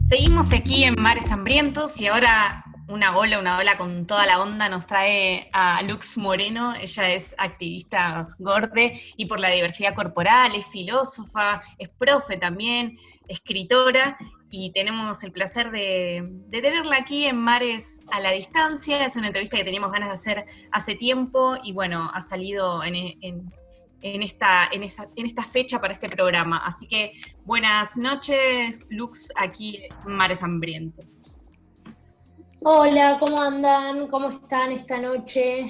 Seguimos aquí en Mares Hambrientos y ahora una ola con toda la onda nos trae a Lux Moreno. Ella es activista gorde y por la diversidad corporal, es filósofa, es profe también, escritora, y tenemos el placer de tenerla aquí en Mares a la Distancia. Es una entrevista que teníamos ganas de hacer hace tiempo y bueno, ha salido en esta fecha para este programa. Así que buenas noches, Lux, aquí en Mares Hambrientos. Hola, ¿cómo andan? ¿Cómo están esta noche?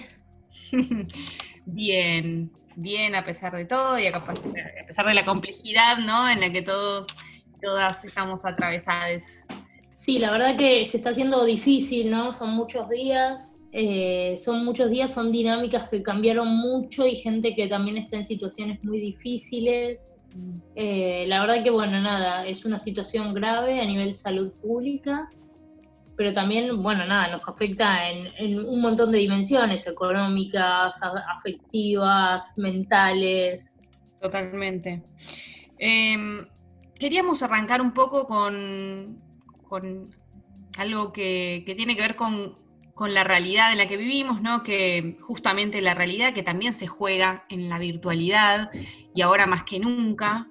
Bien, bien a pesar de todo y a pesar de la complejidad, ¿no?, en la que todas estamos atravesadas. Sí, la verdad que se está haciendo difícil, ¿no? Son muchos días, son dinámicas que cambiaron mucho y gente que también está en situaciones muy difíciles. La verdad que, bueno, nada, es una situación grave a nivel salud pública, pero también, bueno, nada, nos afecta en un montón de dimensiones económicas, afectivas, mentales. Totalmente. Queríamos arrancar un poco con algo que tiene que ver con la realidad en la que vivimos, ¿no? Que justamente la realidad que también se juega en la virtualidad y ahora más que nunca.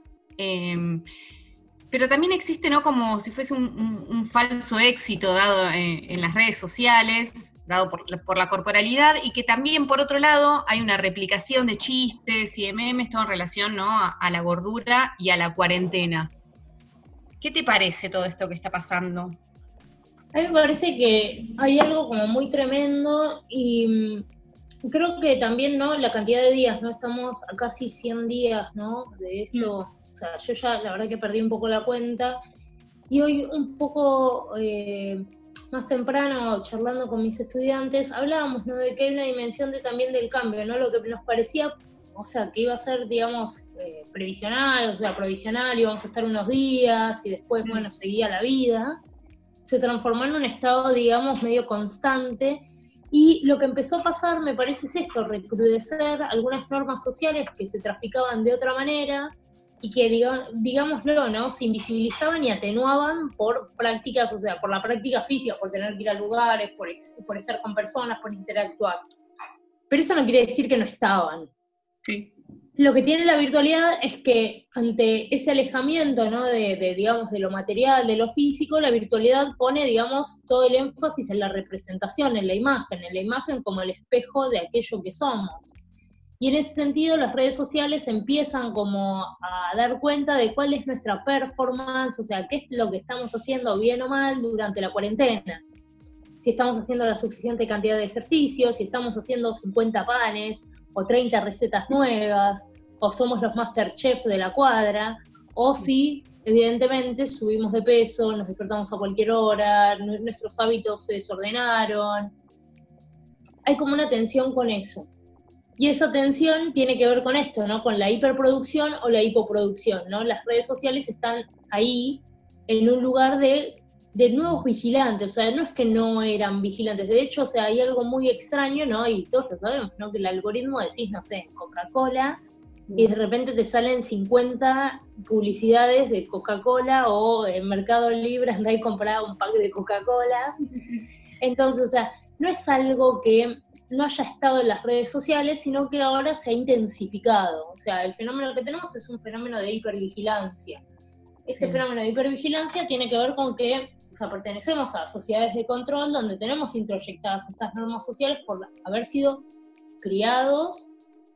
Pero también existe, ¿no?, como si fuese un falso éxito dado en las redes sociales, dado por la corporalidad, y que también, por otro lado, hay una replicación de chistes y de memes, todo en relación, ¿no?, a la gordura y a la cuarentena. ¿Qué te parece todo esto que está pasando? A mí me parece que hay algo como muy tremendo y creo que también, ¿no? La cantidad de días, ¿no? Estamos a casi 100 días, ¿no? De esto, o sea, yo ya la verdad que perdí un poco la cuenta y hoy un poco más temprano, charlando con mis estudiantes, hablábamos, ¿no? De que hay una dimensión también del cambio, ¿no? Lo que nos parecía, o sea, que iba a ser, digamos, previsional, o sea, provisional, íbamos a estar unos días y después, bueno, seguía la vida, se transformó en un estado, digamos, medio constante. Y lo que empezó a pasar, me parece, es esto, recrudecer algunas normas sociales que se traficaban de otra manera y que, digámoslo, ¿no?, se invisibilizaban y atenuaban por prácticas, o sea, por la práctica física, por tener que ir a lugares, por estar con personas, por interactuar. Pero eso no quiere decir que no estaban. Sí. Lo que tiene la virtualidad es que ante ese alejamiento, ¿no?, digamos, de lo material, de lo físico, la virtualidad pone, digamos, todo el énfasis en la representación, en la imagen como el espejo de aquello que somos. Y en ese sentido las redes sociales empiezan como a dar cuenta de cuál es nuestra performance, o sea, qué es lo que estamos haciendo bien o mal durante la cuarentena. Si estamos haciendo la suficiente cantidad de ejercicios, si estamos haciendo 50 panes, o 30 recetas nuevas, o somos los Masterchef de la cuadra, o si, evidentemente, subimos de peso, nos despertamos a cualquier hora, nuestros hábitos se desordenaron. Hay como una tensión con eso. Y esa tensión tiene que ver con esto, ¿no? Con la hiperproducción o la hipoproducción, ¿no? Las redes sociales están ahí en un lugar de nuevos vigilantes, o sea, no es que no eran vigilantes, de hecho, o sea, hay algo muy extraño, ¿no? Y todos lo sabemos, ¿no? Que el algoritmo decís, no sé, Coca-Cola, y de repente te salen 50 publicidades de Coca-Cola, o en Mercado Libre andá y comprá un pack de Coca-Cola. Entonces, o sea, no es algo que no haya estado en las redes sociales, sino que ahora se ha intensificado. O sea, el fenómeno que tenemos es un fenómeno de hipervigilancia. Este fenómeno de hipervigilancia tiene que ver con que, o sea, pertenecemos a sociedades de control donde tenemos introyectadas estas normas sociales por haber sido criados,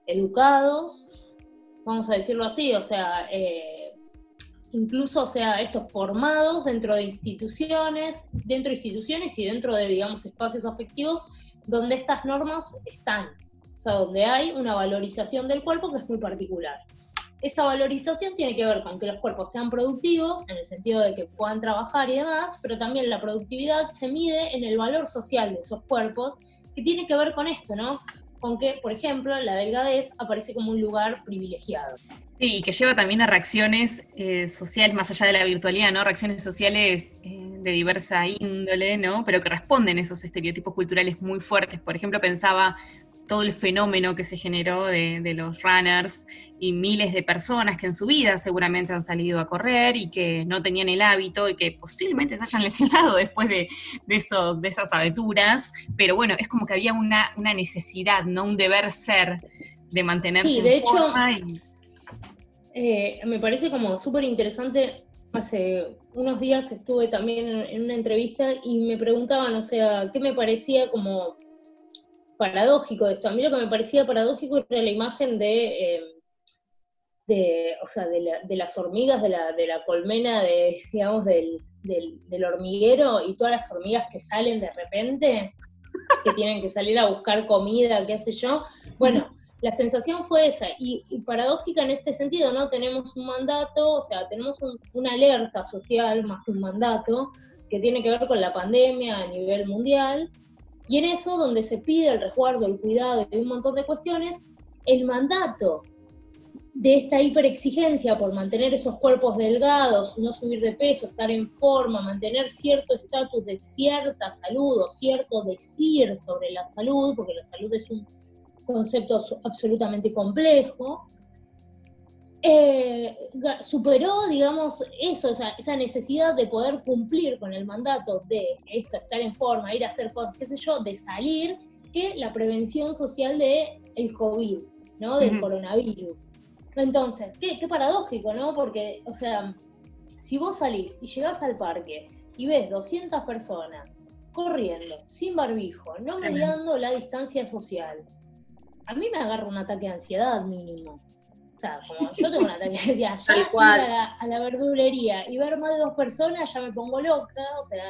educados, vamos a decirlo así, o sea, incluso, o sea, estos formados dentro de instituciones y dentro de, digamos, espacios afectivos donde estas normas están, o sea, donde hay una valorización del cuerpo que es muy particular. Esa valorización tiene que ver con que los cuerpos sean productivos, en el sentido de que puedan trabajar y demás, pero también la productividad se mide en el valor social de esos cuerpos, que tiene que ver con esto, ¿no? Con que, por ejemplo, la delgadez aparece como un lugar privilegiado. Sí, que lleva también a reacciones sociales, más allá de la virtualidad, ¿no? Reacciones sociales de diversa índole, ¿no? Pero que responden a esos estereotipos culturales muy fuertes. Por ejemplo, pensaba todo el fenómeno que se generó de los runners y miles de personas que en su vida seguramente han salido a correr y que no tenían el hábito y que posiblemente se hayan lesionado después de esas aventuras, pero bueno, es como que había una necesidad, ¿no? Un deber ser de mantenerse Sí, de en forma. hecho, me parece como súper interesante. Hace unos días estuve también en una entrevista y me preguntaban, o sea, ¿qué me parecía como paradójico de esto? A mí lo que me parecía paradójico era la imagen o sea, de las hormigas, de la colmena, digamos, del hormiguero, y todas las hormigas que salen de repente, que tienen que salir a buscar comida, qué sé yo. Bueno, la sensación fue esa, y paradójica en este sentido, ¿no? Tenemos un mandato, o sea, tenemos una alerta social, más que un mandato, que tiene que ver con la pandemia a nivel mundial, y en eso, donde se pide el resguardo, el cuidado y un montón de cuestiones, el mandato de esta hiperexigencia por mantener esos cuerpos delgados, no subir de peso, estar en forma, mantener cierto estatus de cierta salud o cierto decir sobre la salud, porque la salud es un concepto absolutamente complejo, superó, digamos, eso, esa necesidad de poder cumplir con el mandato de esto, estar en forma, ir a hacer cosas, qué sé yo, de salir, que la prevención social del COVID, ¿no? Del coronavirus. Entonces, qué paradójico, ¿no? Porque, o sea, si vos salís y llegás al parque y ves 200 personas corriendo, sin barbijo, no mediando la distancia social, a mí me agarra un ataque de ansiedad mínimo. O sea, como yo tengo un ataque de ansiedad, ya ir a la verdulería y ver más de 2 personas ya me pongo loca, o sea,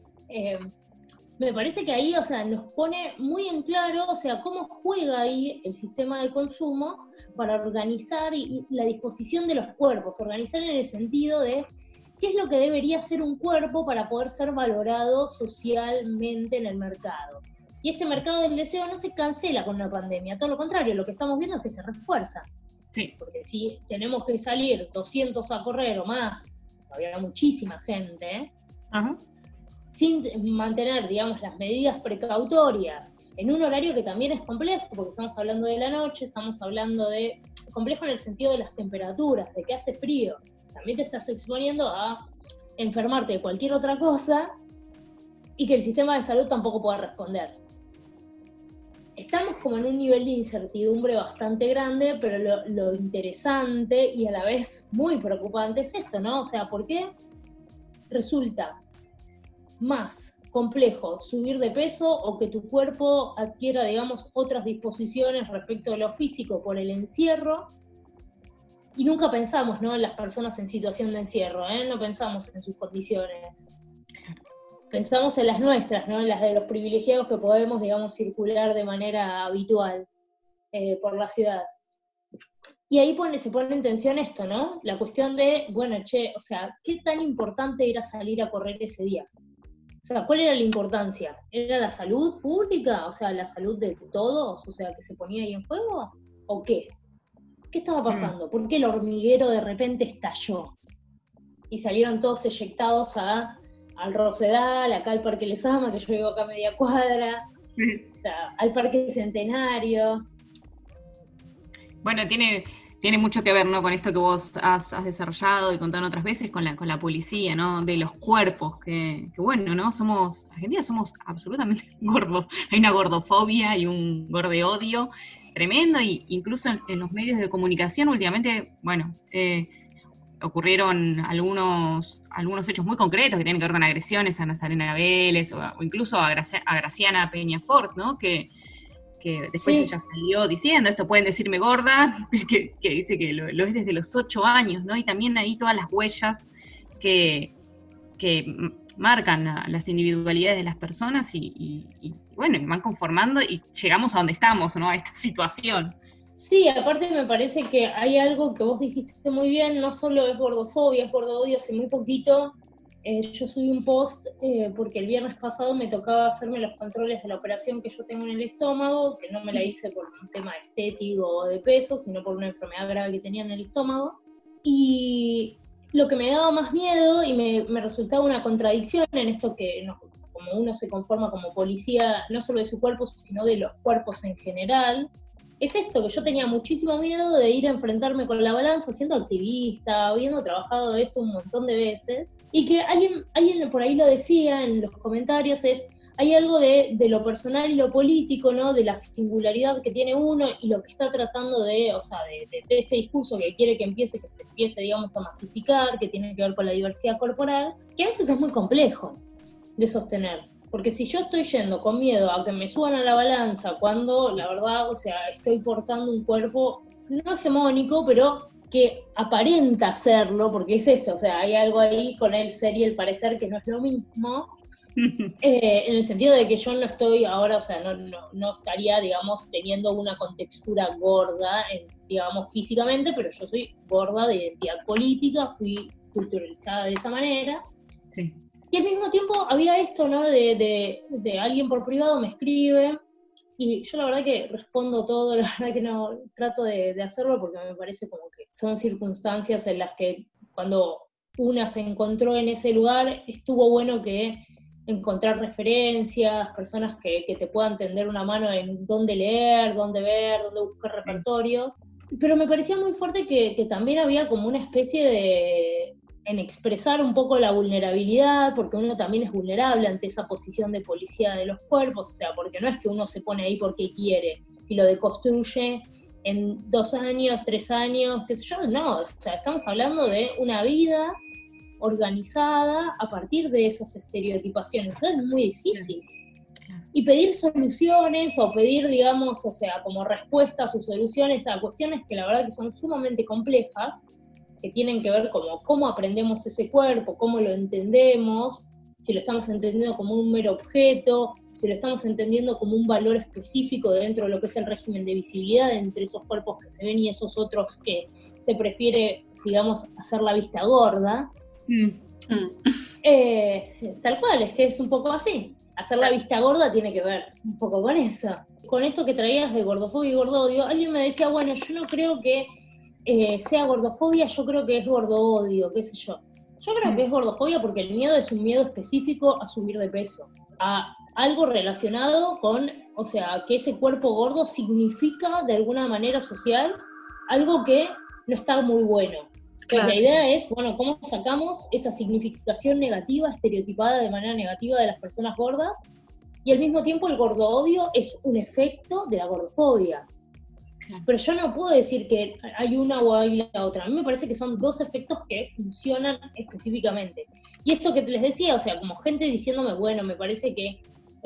me parece que ahí, o sea, nos pone muy en claro, o sea, cómo juega ahí el sistema de consumo para organizar y la disposición de los cuerpos, organizar en el sentido de qué es lo que debería ser un cuerpo para poder ser valorado socialmente en el mercado. Y este mercado del deseo no se cancela con una pandemia, todo lo contrario, lo que estamos viendo es que se refuerza. Sí. Porque si tenemos que salir 200 a correr o más, había muchísima gente, sin mantener, digamos, las medidas precautorias, en un horario que también es complejo, porque estamos hablando de la noche, estamos hablando de, complejo en el sentido de las temperaturas, de que hace frío, también te estás exponiendo a enfermarte de cualquier otra cosa, y que el sistema de salud tampoco pueda responder. Estamos como en un nivel de incertidumbre bastante grande, pero lo interesante y a la vez muy preocupante es esto, ¿no? O sea, ¿por qué resulta más complejo subir de peso o que tu cuerpo adquiera, digamos, otras disposiciones respecto de lo físico por el encierro? Y nunca pensamos, ¿no?, en las personas en situación de encierro, ¿eh? No pensamos en sus condiciones. Pensamos en las nuestras, ¿no?, en las de los privilegiados que podemos, digamos, circular de manera habitual por la ciudad. Y ahí se pone en tensión esto, ¿no? La cuestión de, bueno, o sea, ¿qué tan importante era salir a correr ese día? O sea, ¿cuál era la importancia? ¿Era la salud pública? O sea, ¿la salud de todos? O sea, ¿que se ponía ahí en juego? ¿O qué? ¿Qué estaba pasando? ¿Por qué el hormiguero de repente estalló? Y salieron todos eyectados al Rosedal, acá al Parque Lezama, que yo vivo acá a media cuadra, o sea, al Parque Centenario. Bueno, tiene mucho que ver, ¿no?, con esto que vos has desarrollado y contado otras veces con la policía, ¿no?, de los cuerpos, que bueno, ¿no?, Argentina somos absolutamente gordos, hay una gordofobia y un gordeodio tremendo, y incluso en los medios de comunicación últimamente, bueno, ocurrieron algunos hechos muy concretos que tienen que ver con agresiones a Nazarena Vélez o incluso a Graciana Peñafort, ¿no?, que después ella salió diciendo, esto pueden decirme gorda, que dice que lo es desde los 8 años, ¿no? Y también ahí todas las huellas que marcan las individualidades de las personas y bueno, van conformando y llegamos a donde estamos, ¿no?, a esta situación. Sí, aparte me parece que hay algo que vos dijiste muy bien, no solo es gordofobia, es gordodio. Hace muy poquito yo subí un post porque el viernes pasado me tocaba hacerme los controles de la operación que yo tengo en el estómago, que no me la hice por un tema estético o de peso, sino por una enfermedad grave que tenía en el estómago. Y lo que me daba más miedo y me resultaba una contradicción en esto que, como como uno se conforma como policía, no solo de su cuerpo, sino de los cuerpos en general, es esto, que yo tenía muchísimo miedo de ir a enfrentarme con la balanza, siendo activista, habiendo trabajado de esto un montón de veces, y que alguien por ahí lo decía en los comentarios, hay algo de lo personal y lo político, ¿no? De la singularidad que tiene uno y lo que está tratando de este discurso que quiere que se empiece, digamos, a masificar, que tiene que ver con la diversidad corporal, que a veces es muy complejo de sostener. Porque si yo estoy yendo con miedo a que me suban a la balanza cuando, la verdad, estoy portando un cuerpo no hegemónico, pero que aparenta serlo, porque es esto, hay algo ahí con el ser y el parecer que no es lo mismo, en el sentido de que yo no estoy ahora, no estaría, digamos, teniendo una contextura gorda, digamos, físicamente, pero yo soy gorda de identidad política, fui culturalizada de esa manera. Sí. Y al mismo tiempo había esto, ¿no? De alguien por privado me escribe, y yo la verdad que respondo todo, la verdad que no trato de hacerlo porque me parece como que son circunstancias en las que cuando una se encontró en ese lugar, estuvo bueno que encontrar referencias, personas que te puedan tender una mano en dónde leer, dónde ver, dónde buscar repertorios. Pero me parecía muy fuerte que también había como una especie en expresar un poco la vulnerabilidad, porque uno también es vulnerable ante esa posición de policía de los cuerpos, porque no es que uno se pone ahí porque quiere y lo deconstruye en 2 años, 3 años, qué sé yo, no, estamos hablando de una vida organizada a partir de esas estereotipaciones, entonces es muy difícil. Y pedir soluciones o pedir, digamos, como respuestas o soluciones a cuestiones que la verdad que son sumamente complejas, que tienen que ver como cómo aprendemos ese cuerpo, cómo lo entendemos, si lo estamos entendiendo como un mero objeto, si lo estamos entendiendo como un valor específico dentro de lo que es el régimen de visibilidad entre esos cuerpos que se ven y esos otros que se prefiere, digamos, hacer la vista gorda. Tal cual, es que es un poco así. Hacer la vista gorda tiene que ver un poco con eso. Con esto que traías de gordofobia y gordodio, alguien me decía, bueno, yo no creo que sea gordofobia, yo creo que es gordoodio, qué sé yo. Yo creo que es gordofobia porque el miedo es un miedo específico a subir de peso, a algo relacionado con, que ese cuerpo gordo significa de alguna manera social algo que no está muy bueno. Entonces la idea es, bueno, ¿cómo sacamos esa significación negativa, estereotipada de manera negativa de las personas gordas? Y al mismo tiempo el gordoodio es un efecto de la gordofobia. Pero yo no puedo decir que hay una o hay la otra. A mí me parece que son 2 efectos que funcionan específicamente. Y esto que les decía, como gente diciéndome, bueno, me parece que...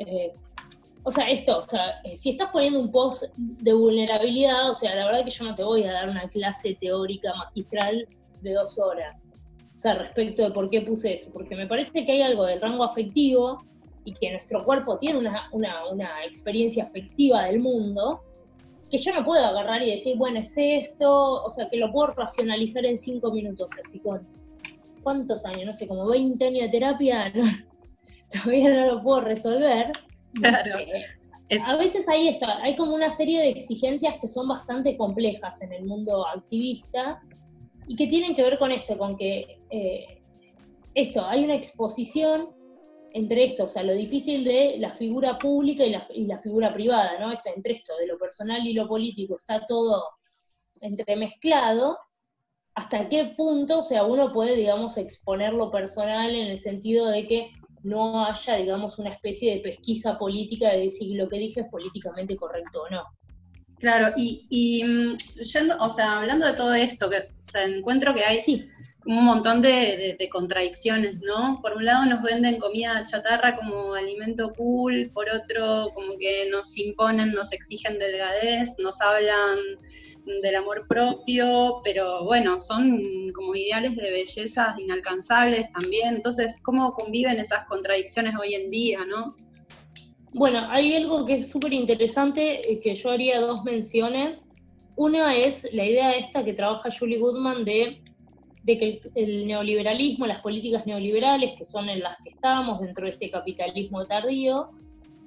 si estás poniendo un post de vulnerabilidad, la verdad que yo no te voy a dar una clase teórica magistral de 2 horas. Respecto de por qué puse eso. Porque me parece que hay algo del rango afectivo y que nuestro cuerpo tiene una experiencia afectiva del mundo que yo no puedo agarrar y decir, bueno, es esto, que lo puedo racionalizar en 5 minutos, así con, ¿cuántos años? No sé, como 20 años de terapia, no, todavía no lo puedo resolver. Claro. A veces hay eso, hay como una serie de exigencias que son bastante complejas en el mundo activista y que tienen que ver con esto, con que hay una exposición entre esto, lo difícil de la figura pública y la figura privada, ¿no? Entre esto de lo personal y lo político está todo entremezclado, hasta qué punto, uno puede, digamos, exponer lo personal en el sentido de que no haya, digamos, una especie de pesquisa política de si lo que dije es políticamente correcto o no. Claro, y yendo, hablando de todo esto, que encuentro que hay un montón de contradicciones, ¿no? Por un lado nos venden comida chatarra como alimento cool, por otro como que nos imponen, nos exigen delgadez, nos hablan del amor propio, pero bueno, son como ideales de bellezas inalcanzables también. Entonces, ¿cómo conviven esas contradicciones hoy en día, no? Bueno, hay algo que es súper interesante, que yo haría 2 menciones. Una es la idea esta que trabaja Julie Goodman de que el neoliberalismo, las políticas neoliberales, que son en las que estamos dentro de este capitalismo tardío,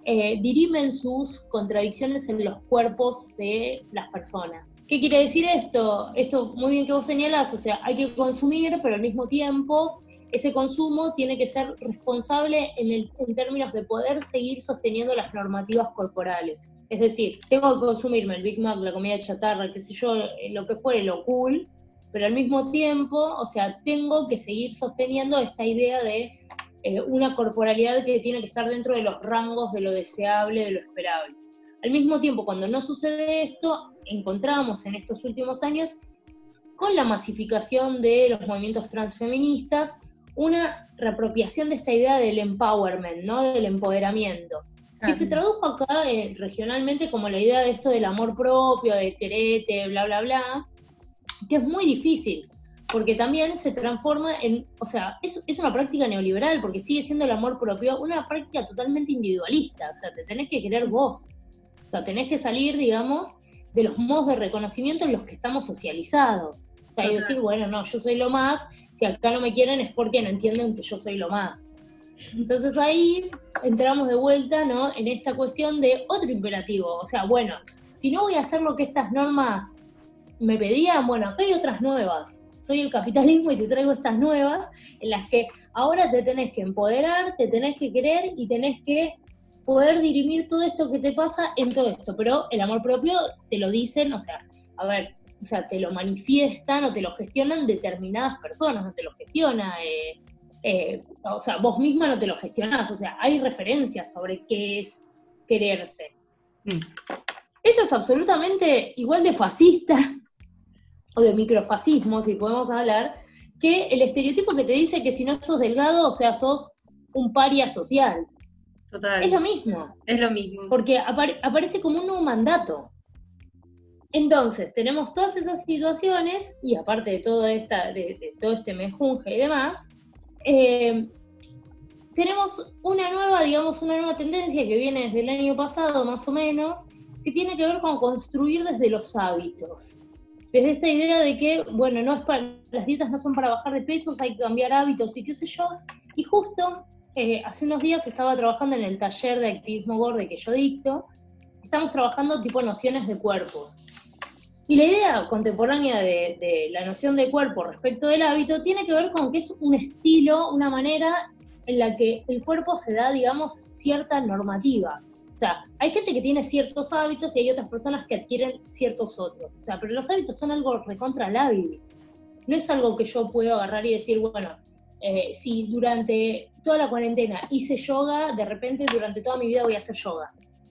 dirimen sus contradicciones en los cuerpos de las personas. ¿Qué quiere decir esto? Esto muy bien que vos señalás, o sea, hay que consumir, pero al mismo tiempo ese consumo tiene que ser responsable en términos de poder seguir sosteniendo las normativas corporales. Es decir, tengo que consumirme el Big Mac, la comida chatarra, qué sé yo, lo que fuere, lo cool, pero al mismo tiempo, o sea, tengo que seguir sosteniendo esta idea de una corporalidad que tiene que estar dentro de los rangos de lo deseable, de lo esperable. Al mismo tiempo, cuando no sucede esto, encontramos en estos últimos años, con la masificación de los movimientos transfeministas, una reapropiación de esta idea del empowerment, ¿no? Del empoderamiento, que se tradujo acá regionalmente como la idea de esto del amor propio, de quererte, bla, bla, bla, que es muy difícil, porque también se transforma en, o sea, es una práctica neoliberal, porque sigue siendo el amor propio una práctica totalmente individualista, o sea, te tenés que querer vos, o sea, tenés que salir, digamos, de los modos de reconocimiento en los que estamos socializados, o sea, y decir, bueno, no, yo soy lo más, si acá no me quieren es porque no entienden que yo soy lo más. Entonces ahí entramos de vuelta, ¿no?, en esta cuestión de otro imperativo, o sea, bueno, si no voy a hacer lo que estas normas me pedían, bueno, acá hay otras nuevas. Soy el capitalismo y te traigo estas nuevas, en las que ahora te tenés que empoderar, te tenés que querer y tenés que poder dirimir todo esto que te pasa en todo esto. Pero el amor propio te lo dicen, o sea, a ver, o sea, te lo manifiestan o te lo gestionan determinadas personas, no te lo gestiona, o sea, vos misma no te lo gestionás, o sea, hay referencias sobre qué es quererse. Eso es absolutamente igual de fascista, o de microfascismo, si podemos hablar, que el estereotipo que te dice que si no sos delgado, o sea, sos un paria social. Total. Es lo mismo. Es lo mismo. Porque aparece como un nuevo mandato. Entonces, tenemos todas esas situaciones, y aparte de todo, de todo este mejunje y demás, tenemos una nueva tendencia que viene desde el año pasado, más o menos, que tiene que ver con construir desde los hábitos. Desde esta idea de que, bueno, las dietas no son para bajar de pesos, hay que cambiar hábitos y qué sé yo. Y justo hace unos días estaba trabajando en el taller de activismo Gorde que yo dicto, estamos trabajando tipo nociones de cuerpo. Y la idea contemporánea de la noción de cuerpo respecto del hábito tiene que ver con que es un estilo, una manera en la que el cuerpo se da, digamos, cierta normativa. O sea, hay gente que tiene ciertos hábitos y hay otras personas que adquieren ciertos otros. O sea, pero los hábitos son algo recontra lábil. No es algo que yo puedo agarrar y decir, bueno, si durante toda la cuarentena hice yoga, de repente durante toda mi vida voy a hacer yoga.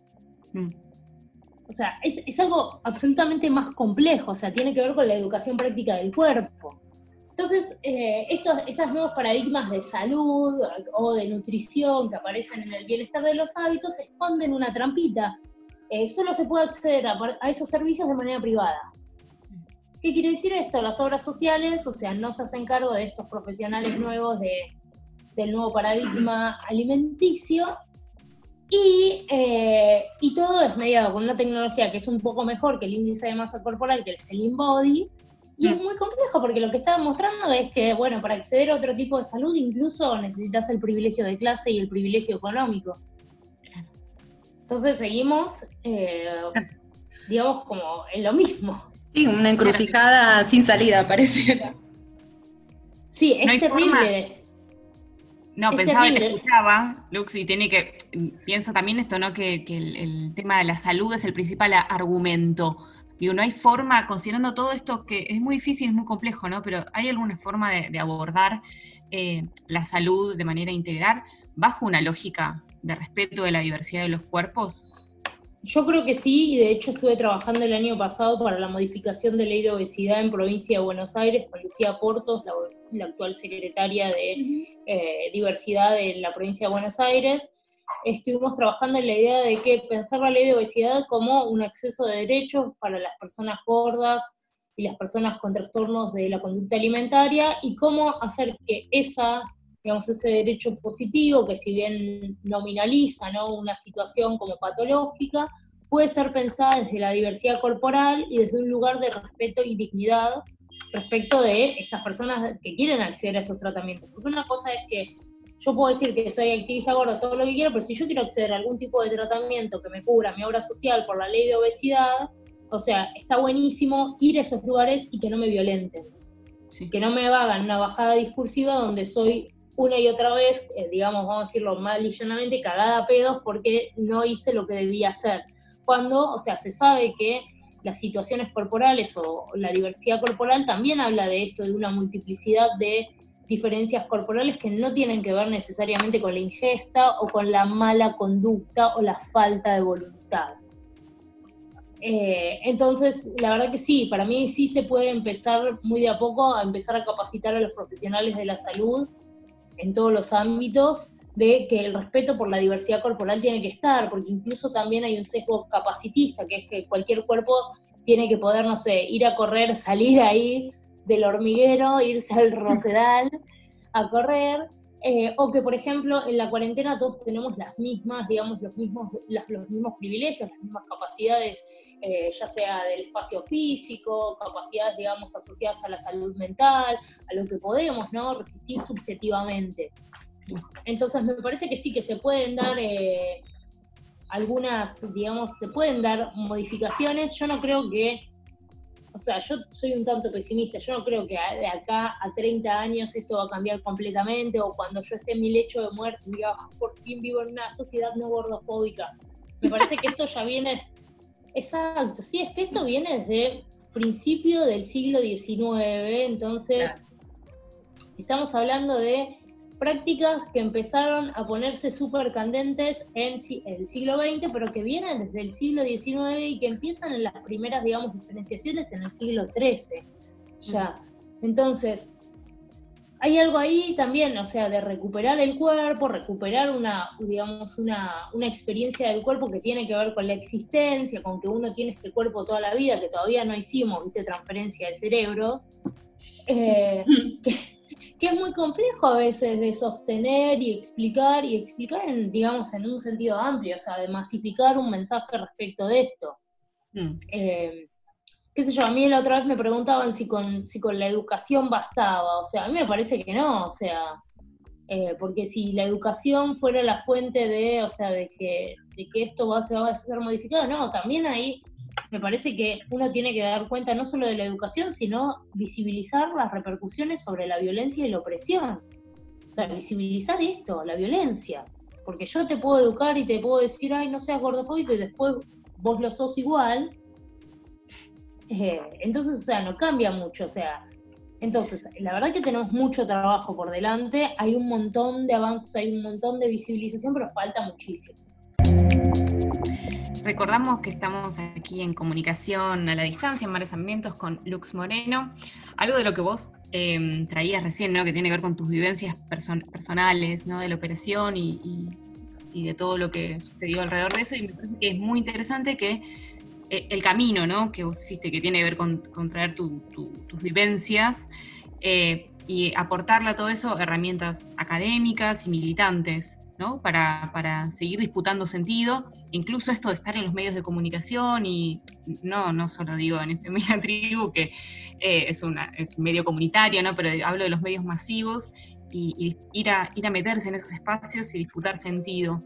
O sea, es algo absolutamente más complejo. O sea, tiene que ver con la educación práctica del cuerpo. Entonces, estos nuevos paradigmas de salud o de nutrición que aparecen en el bienestar de los hábitos esconden una trampita. Solo se puede acceder a esos servicios de manera privada. ¿Qué quiere decir esto? Las obras sociales, o sea, no se hacen cargo de estos profesionales nuevos del nuevo paradigma alimenticio, y todo es mediado con una tecnología que es un poco mejor que el índice de masa corporal, que es el InBody. Y es muy complejo porque lo que está mostrando es que, bueno, para acceder a otro tipo de salud incluso necesitas el privilegio de clase y el privilegio económico. Entonces seguimos, digamos, como en lo mismo. Sí, una encrucijada sin salida, pareciera. Sí, es terrible. No, pensaba que te escuchaba, Lux, y pienso también esto, ¿no? Que el tema de la salud es el principal argumento. Digo, no hay forma, considerando todo esto que es muy difícil, es muy complejo, ¿no? Pero ¿hay alguna forma de abordar la salud de manera integral bajo una lógica de respeto de la diversidad de los cuerpos? Yo creo que sí, y de hecho estuve trabajando el año pasado para la modificación de ley de obesidad en Provincia de Buenos Aires con Lucía Portos, la actual secretaria de diversidad en la Provincia de Buenos Aires. Estuvimos trabajando en la idea de que pensar la ley de obesidad como un acceso de derechos para las personas gordas y las personas con trastornos de la conducta alimentaria, y cómo hacer que ese derecho positivo, que si bien nominaliza, ¿no?, una situación como patológica, puede ser pensada desde la diversidad corporal y desde un lugar de respeto y dignidad respecto de estas personas que quieren acceder a esos tratamientos. Porque una cosa es que yo puedo decir que soy activista gorda, todo lo que quiero, pero si yo quiero acceder a algún tipo de tratamiento que me cubra mi obra social por la ley de obesidad, o sea, está buenísimo ir a esos lugares y que no me violenten. Sí. Que no me hagan una bajada discursiva donde soy una y otra vez, digamos, vamos a decirlo mal y llanamente, cagada a pedos porque no hice lo que debía hacer. Cuando, o sea, se sabe que las situaciones corporales o la diversidad corporal también habla de esto, de una multiplicidad de diferencias corporales que no tienen que ver necesariamente con la ingesta o con la mala conducta o la falta de voluntad. Entonces, la verdad que sí, para mí sí se puede empezar muy de a poco a empezar a capacitar a los profesionales de la salud en todos los ámbitos, de que el respeto por la diversidad corporal tiene que estar, porque incluso también hay un sesgo capacitista, que es que cualquier cuerpo tiene que poder, no sé, ir a correr, salir ahí del hormiguero, irse al Rosedal a correr, o que, por ejemplo, en la cuarentena todos tenemos las mismas, digamos, los mismos privilegios, las mismas capacidades, ya sea del espacio físico, capacidades, digamos, asociadas a la salud mental, a lo que podemos, ¿no?, resistir subjetivamente. Entonces me parece que sí, que se pueden dar algunas, digamos, se pueden dar modificaciones. Yo no creo que, o sea, yo soy un tanto pesimista, yo no creo que de acá a 30 años esto va a cambiar completamente, o cuando yo esté en mi lecho de muerte diga, por fin vivo en una sociedad no gordofóbica. Me parece que esto ya viene, exacto, sí, es que esto viene desde principio del siglo XIX, entonces estamos hablando de prácticas que empezaron a ponerse súper candentes en el siglo XX, pero que vienen desde el siglo XIX y que empiezan en las primeras, digamos, diferenciaciones en el siglo XIII, ya. Entonces, hay algo ahí también, o sea, de recuperar el cuerpo, recuperar una experiencia del cuerpo que tiene que ver con la existencia, con que uno tiene este cuerpo toda la vida, que todavía no hicimos, ¿viste?, transferencia de cerebros, que es muy complejo a veces de sostener y explicar en, digamos, en un sentido amplio, o sea, de masificar un mensaje respecto de esto. Qué sé yo, a mí la otra vez me preguntaban si con la educación bastaba, o sea, a mí me parece que no, o sea, porque si la educación fuera la fuente de que esto se va a ser modificado, no, también ahí me parece que uno tiene que dar cuenta no solo de la educación, sino visibilizar las repercusiones sobre la violencia y la opresión. O sea, visibilizar esto, la violencia. Porque yo te puedo educar y te puedo decir, ay, no seas gordofóbico, y después vos lo sos igual. Entonces, o sea, no cambia mucho, o sea. Entonces, la verdad que tenemos mucho trabajo por delante, hay un montón de avances, hay un montón de visibilización, pero falta muchísimo. Recordamos que estamos aquí en comunicación a la distancia, en Mares Hambrientos, con Lux Moreno. Algo de lo que vos traías recién, ¿no?, que tiene que ver con tus vivencias personales, ¿no?, de la operación y de todo lo que sucedió alrededor de eso, y me parece que es muy interesante que el camino, ¿no?, que vos hiciste, que tiene que ver con traer tus vivencias y aportarle a todo eso herramientas académicas y militantes, ¿no?, para seguir disputando sentido, incluso esto de estar en los medios de comunicación, y no solo digo en la tribu, que es un medio comunitario, ¿no?, pero hablo de los medios masivos, y ir a meterse en esos espacios y disputar sentido.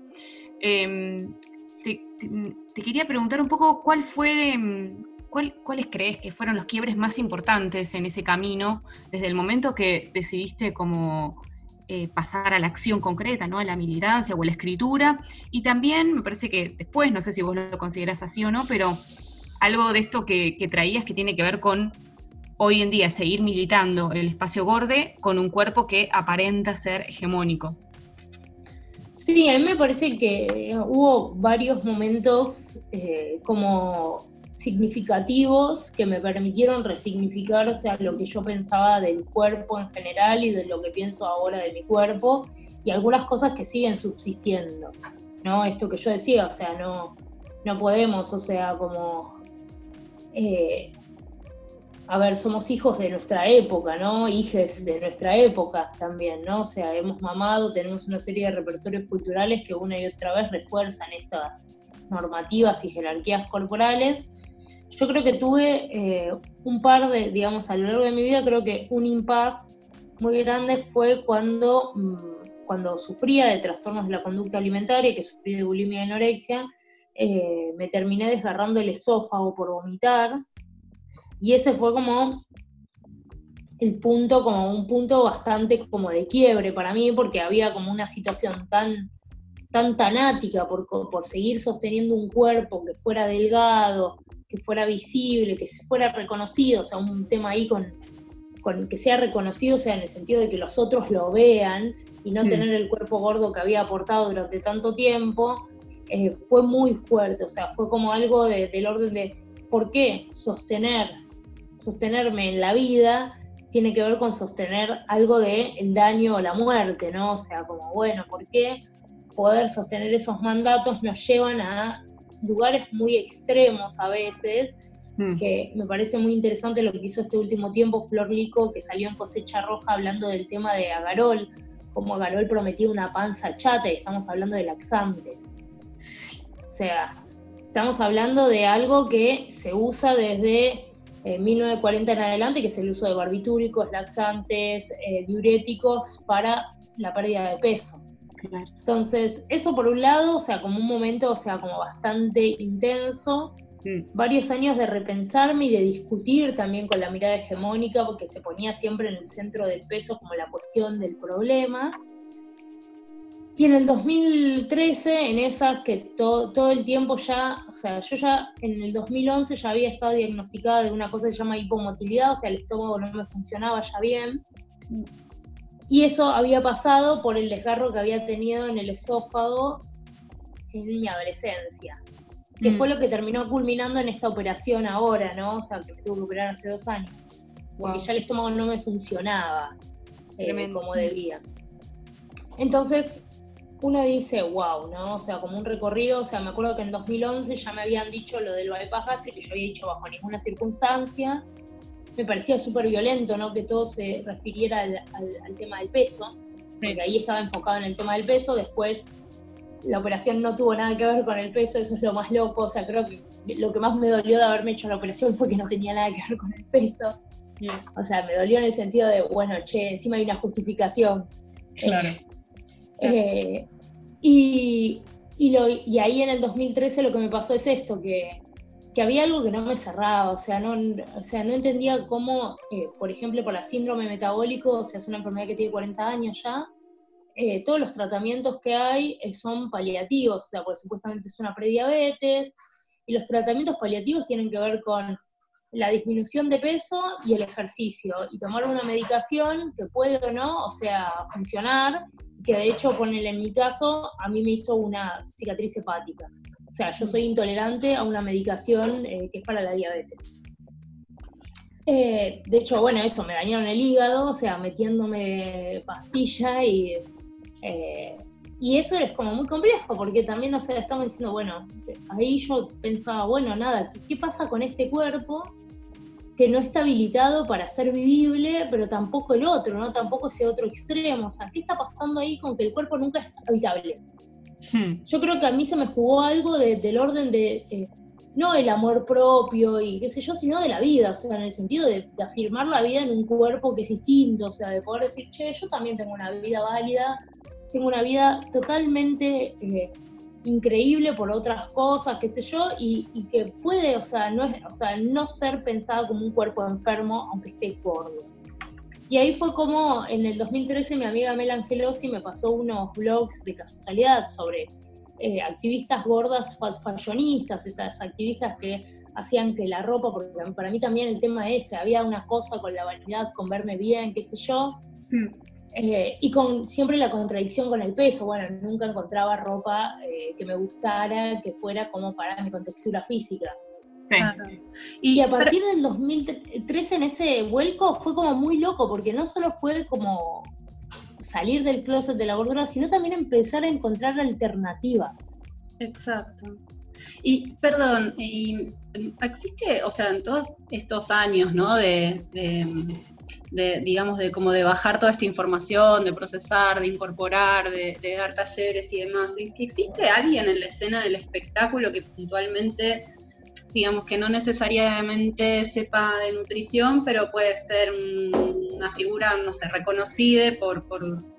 Te quería preguntar un poco ¿cuáles crees que fueron los quiebres más importantes en ese camino, desde el momento que decidiste como pasar a la acción concreta, ¿no?, a la militancia o a la escritura? Y también me parece que después, no sé si vos lo considerás así o no, pero algo de esto que traías que tiene que ver con hoy en día seguir militando el espacio gorde con un cuerpo que aparenta ser hegemónico. Sí, a mí me parece que hubo varios momentos como significativos que me permitieron resignificar, o sea, lo que yo pensaba del cuerpo en general y de lo que pienso ahora de mi cuerpo, y algunas cosas que siguen subsistiendo, ¿no? Esto que yo decía, o sea, no podemos, o sea, como somos hijos de nuestra época, ¿no? Hijes de nuestra época también, ¿no? O sea, hemos mamado, tenemos una serie de repertorios culturales que una y otra vez refuerzan estas normativas y jerarquías corporales. Yo creo que tuve un par de, digamos, a lo largo de mi vida, creo que un impasse muy grande fue cuando cuando sufría de trastornos de la conducta alimentaria, que sufrí de bulimia y anorexia, me terminé desgarrando el esófago por vomitar, y ese fue como el punto, como un punto bastante como de quiebre para mí, porque había como una situación tan tanática por seguir sosteniendo un cuerpo que fuera delgado, que fuera visible, que fuera reconocido, o sea, un tema ahí con que sea reconocido, o sea, en el sentido de que los otros lo vean y no tener el cuerpo gordo que había aportado durante tanto tiempo, fue muy fuerte, o sea, fue como algo del orden de ¿por qué sostenerme en la vida tiene que ver con sostener algo de el daño o la muerte, ¿no? O sea, como, bueno, ¿por qué poder sostener esos mandatos nos llevan a lugares muy extremos a veces? Que me parece muy interesante lo que hizo este último tiempo Flor Lico, que salió en Cosecha Roja hablando del tema de Agarol, como Agarol prometía una panza chata, y estamos hablando de laxantes. Sí. O sea, estamos hablando de algo que se usa desde 1940 en adelante, que es el uso de barbitúricos, laxantes, diuréticos para la pérdida de peso. Claro. Entonces, eso por un lado, o sea, como un momento, o sea, como bastante intenso, varios años de repensarme y de discutir también con la mirada hegemónica, porque se ponía siempre en el centro del peso como la cuestión del problema. Y en el 2013, en esas que todo el tiempo ya, o sea, yo ya en el 2011 ya había estado diagnosticada de una cosa que se llama hipomotilidad, o sea, el estómago no me funcionaba ya bien. Y eso había pasado por el desgarro que había tenido en el esófago en mi adolescencia, que fue lo que terminó culminando en esta operación ahora, ¿no? O sea, que me tuve que operar hace 2 años, porque ya el estómago no me funcionaba como debía. Entonces, uno dice, wow, ¿no? O sea, como un recorrido, o sea, me acuerdo que en 2011 ya me habían dicho lo del bypass gástrico, que yo había dicho bajo ninguna circunstancia. Me parecía súper violento, ¿no? Que todo se refiriera al tema del peso, porque ahí estaba enfocado en el tema del peso. Después la operación no tuvo nada que ver con el peso, eso es lo más loco. O sea, creo que lo que más me dolió de haberme hecho la operación fue que no tenía nada que ver con el peso. O sea, me dolió en el sentido de, bueno, che, encima hay una justificación. Claro. Y ahí en el 2013 lo que me pasó es esto, que había algo que no me cerraba, o sea, no entendía cómo, por ejemplo, por la síndrome metabólico, o sea, es una enfermedad que tiene 40 años ya, todos los tratamientos que hay son paliativos, o sea, porque supuestamente es una prediabetes, y los tratamientos paliativos tienen que ver con la disminución de peso y el ejercicio, y tomar una medicación que puede o no, o sea, funcionar, que de hecho, ponele en mi caso, a mí me hizo una cicatriz hepática. O sea, yo soy intolerante a una medicación que es para la diabetes. De hecho, bueno, eso, me dañaron el hígado, o sea, metiéndome pastilla y eso es como muy complejo, porque también, o sea, estamos diciendo, bueno, ahí yo pensaba, bueno, nada, ¿qué pasa con este cuerpo que no está habilitado para ser vivible, pero tampoco el otro, ¿no? Tampoco ese otro extremo? O sea, ¿qué está pasando ahí con que el cuerpo nunca es habitable? Yo creo que a mí se me jugó algo del orden de, no el amor propio y qué sé yo, sino de la vida, o sea, en el sentido de afirmar la vida en un cuerpo que es distinto, o sea, de poder decir, che, yo también tengo una vida válida, tengo una vida totalmente increíble por otras cosas, qué sé yo, y que puede, o sea, no ser pensado como un cuerpo enfermo, aunque esté gordo. Y ahí fue como en el 2013 mi amiga Mel Angelosi me pasó unos blogs de casualidad sobre activistas gordas fashionistas, estas activistas que hacían que la ropa, porque para mí también el tema ese, había una cosa con la vanidad, con verme bien, qué sé yo, y con siempre la contradicción con el peso. Bueno, nunca encontraba ropa que me gustara, que fuera como para mi contextura física. Sí. Y a partir del 2013 en ese vuelco fue como muy loco, porque no solo fue como salir del closet de la gordura, sino también empezar a encontrar alternativas. Exacto. Y, perdón, existe, o sea, en todos estos años, ¿no? Digamos, de como de bajar toda esta información, de procesar, de incorporar, de dar talleres y demás, ¿existe alguien en la escena del espectáculo que puntualmente, digamos, que no necesariamente sepa de nutrición, pero puede ser una figura, no sé, reconocida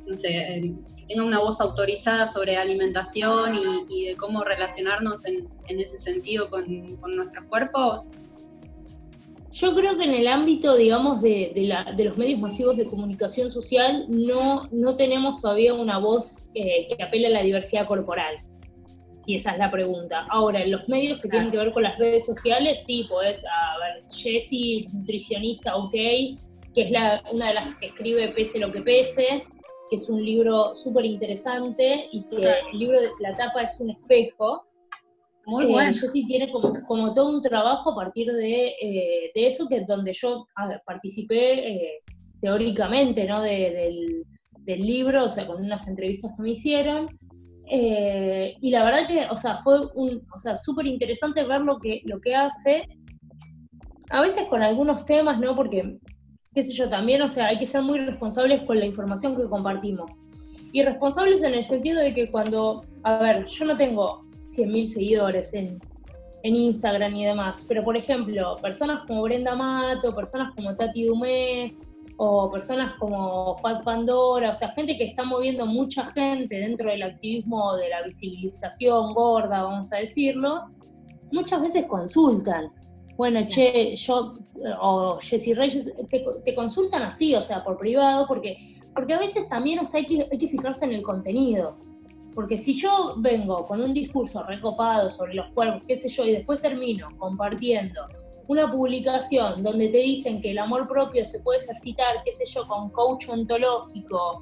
no sé, que tenga una voz autorizada sobre alimentación y de cómo relacionarnos en ese sentido con nuestros cuerpos? Yo creo que en el ámbito, digamos, de los medios masivos de comunicación social no tenemos todavía una voz que apele a la diversidad corporal, si esa es la pregunta. Ahora, en los medios que tienen que ver con las redes sociales, sí, podés, a ver, Jessie, nutricionista, OK, que es una de las que escribe Pese lo que pese, que es un libro súper interesante y que el libro de la tapa es un espejo. Muy bueno. Jessie tiene como todo un trabajo a partir de eso, que es donde yo participé teóricamente, ¿no? del libro, o sea, con unas entrevistas que me hicieron. Y la verdad que, o sea, fue súper interesante ver lo que hace, a veces con algunos temas, ¿no? Porque, qué sé yo, también, o sea, hay que ser muy responsables con la información que compartimos. Y responsables en el sentido de que cuando, a ver, yo no tengo 100.000 seguidores en Instagram y demás, pero por ejemplo, personas como Brenda Mato, personas como Tati Dumé, o personas como Fat Pandora, o sea, gente que está moviendo mucha gente dentro del activismo de la visibilización gorda, vamos a decirlo, muchas veces consultan. Bueno, che, yo, o Jessie Reyes, te consultan así, o sea, por privado, porque a veces también, o sea, hay que fijarse en el contenido. Porque si yo vengo con un discurso recopado sobre los cuerpos, qué sé yo, y después termino compartiendo una publicación donde te dicen que el amor propio se puede ejercitar, qué sé yo, con coach ontológico,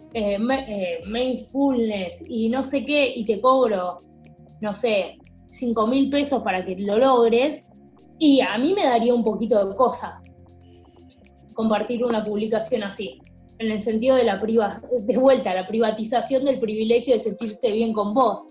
mindfulness y no sé qué, y te cobro, no sé, 5.000 pesos para que lo logres, y a mí me daría un poquito de cosa compartir una publicación así, en el sentido de de vuelta, la privatización del privilegio de sentirte bien con vos.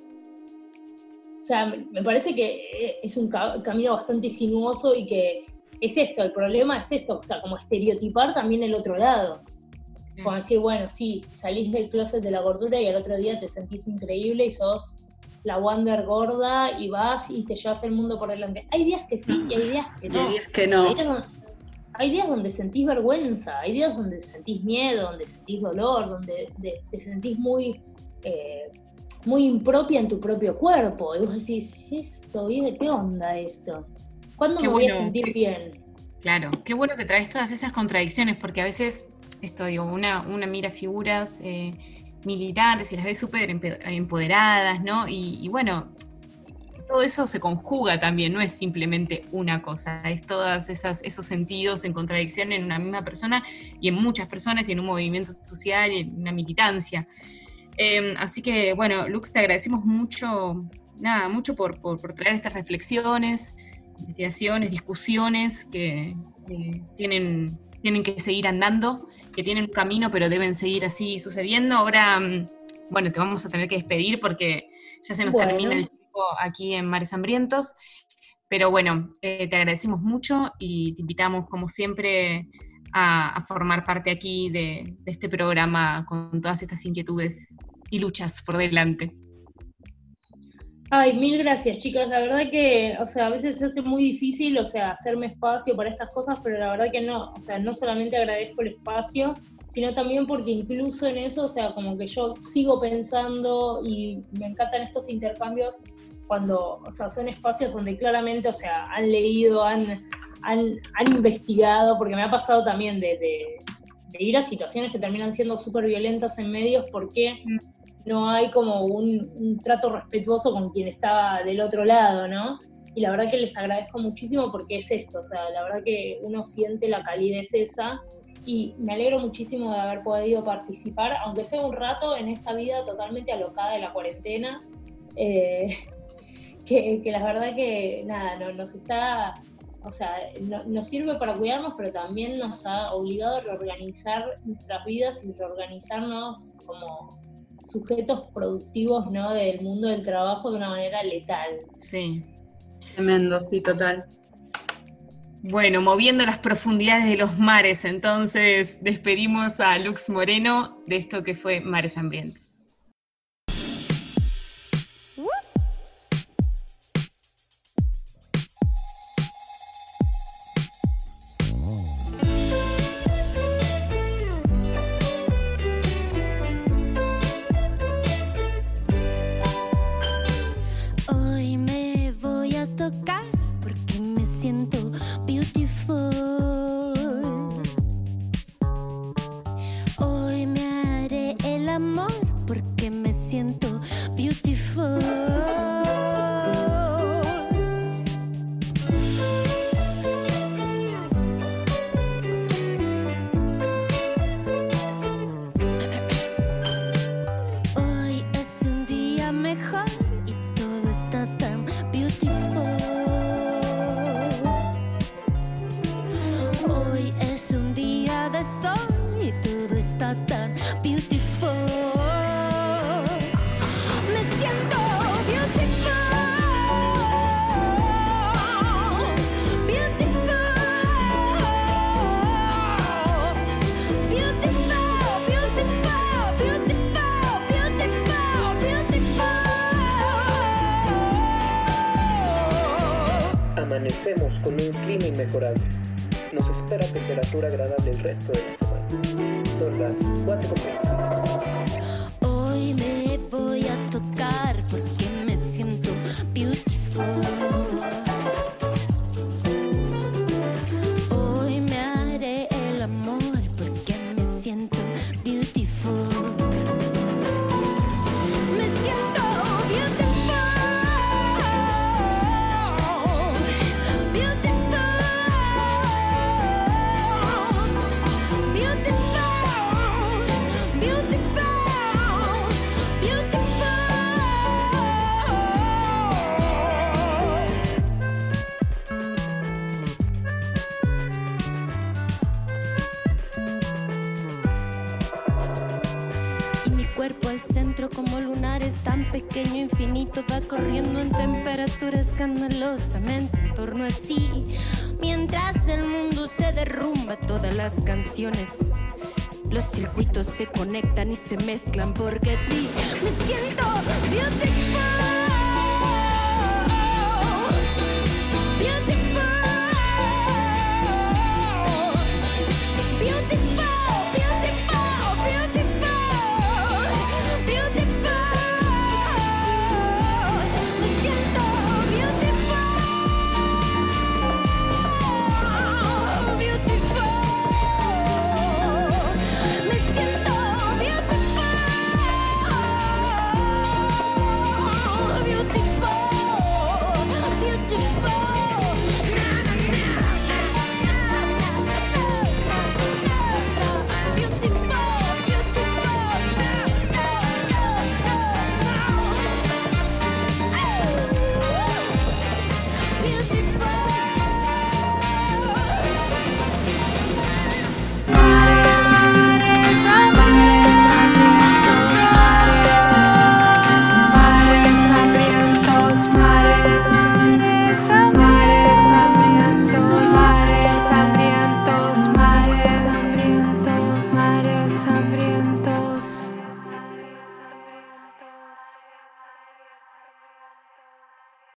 O sea, me parece que es un camino bastante sinuoso y que es esto, el problema es esto, o sea, como estereotipar también el otro lado. Como decir, bueno, sí, salís del closet de la gordura y al otro día te sentís increíble y sos la Wonder gorda y vas y te llevas el mundo por delante. Hay días que sí y hay días que no. Hay días que no. Hay días donde sentís vergüenza, hay días donde sentís miedo, donde sentís dolor, donde te sentís muy impropia en tu propio cuerpo. Y vos decís, ¿qué onda esto? ¿Cuándo me voy a sentir bien? Claro, qué bueno que traes todas esas contradicciones, porque a veces, una mira figuras militantes y las ve súper empoderadas, ¿no? Y bueno, todo eso se conjuga también, no es simplemente una cosa, es todos esos sentidos en contradicción en una misma persona y en muchas personas y en un movimiento social y en una militancia. Así que, bueno, Lux, te agradecemos mucho por traer estas reflexiones, investigaciones, discusiones que tienen que seguir andando, que tienen un camino, pero deben seguir así sucediendo. Ahora, bueno, te vamos a tener que despedir porque ya se nos termina el tiempo aquí en Mares Hambrientos, pero bueno, te agradecemos mucho y te invitamos, como siempre, a formar parte aquí de este programa con todas estas inquietudes y luchas por delante. Ay, mil gracias, chicas. La verdad que, o sea, a veces se hace muy difícil, o sea, hacerme espacio para estas cosas, pero la verdad que no, o sea, no solamente agradezco el espacio, sino también porque incluso en eso, o sea, como que yo sigo pensando y me encantan estos intercambios cuando, o sea, son espacios donde claramente, o sea, han leído, han investigado, porque me ha pasado también de ir a situaciones que terminan siendo súper violentas en medios porque no hay como un trato respetuoso con quien está del otro lado, ¿no? Y la verdad que les agradezco muchísimo porque es esto, o sea, la verdad que uno siente la calidez esa y me alegro muchísimo de haber podido participar, aunque sea un rato en esta vida totalmente alocada de la cuarentena, que la verdad que nada, nos está, o sea, nos sirve para cuidarnos, pero también nos ha obligado a reorganizar nuestras vidas y reorganizarnos como sujetos productivos, ¿no?, del mundo del trabajo de una manera letal. Sí. Tremendo, sí, total. Bueno, moviendo las profundidades de los mares, entonces despedimos a Lux Moreno de esto que fue Mares Hambrientos. siento beautiful. Hoy es un día mejor y todo está tan beautiful. Hoy es un día de sol y todo está tan beautiful. Me siento beautiful. Beautiful. Beautiful, beautiful, beautiful, beautiful, beautiful. Amanecemos con un clima inmejorable. Nos espera temperatura agradable el resto de la semana. Son las 4:30. Hoy me voy a tocar porque me siento beautiful. Hoy me haré el amor porque me siento beautiful. Me siento beautiful. Beautiful. Beautiful. Beautiful. Y mi cuerpo al centro como lunares tan pequeño, infinito, va corriendo en temperatura escandalosamente en torno a sí. Mientras el mundo se derrumba, todas las canciones, los circuitos se conectan y se mezclan porque sí. Me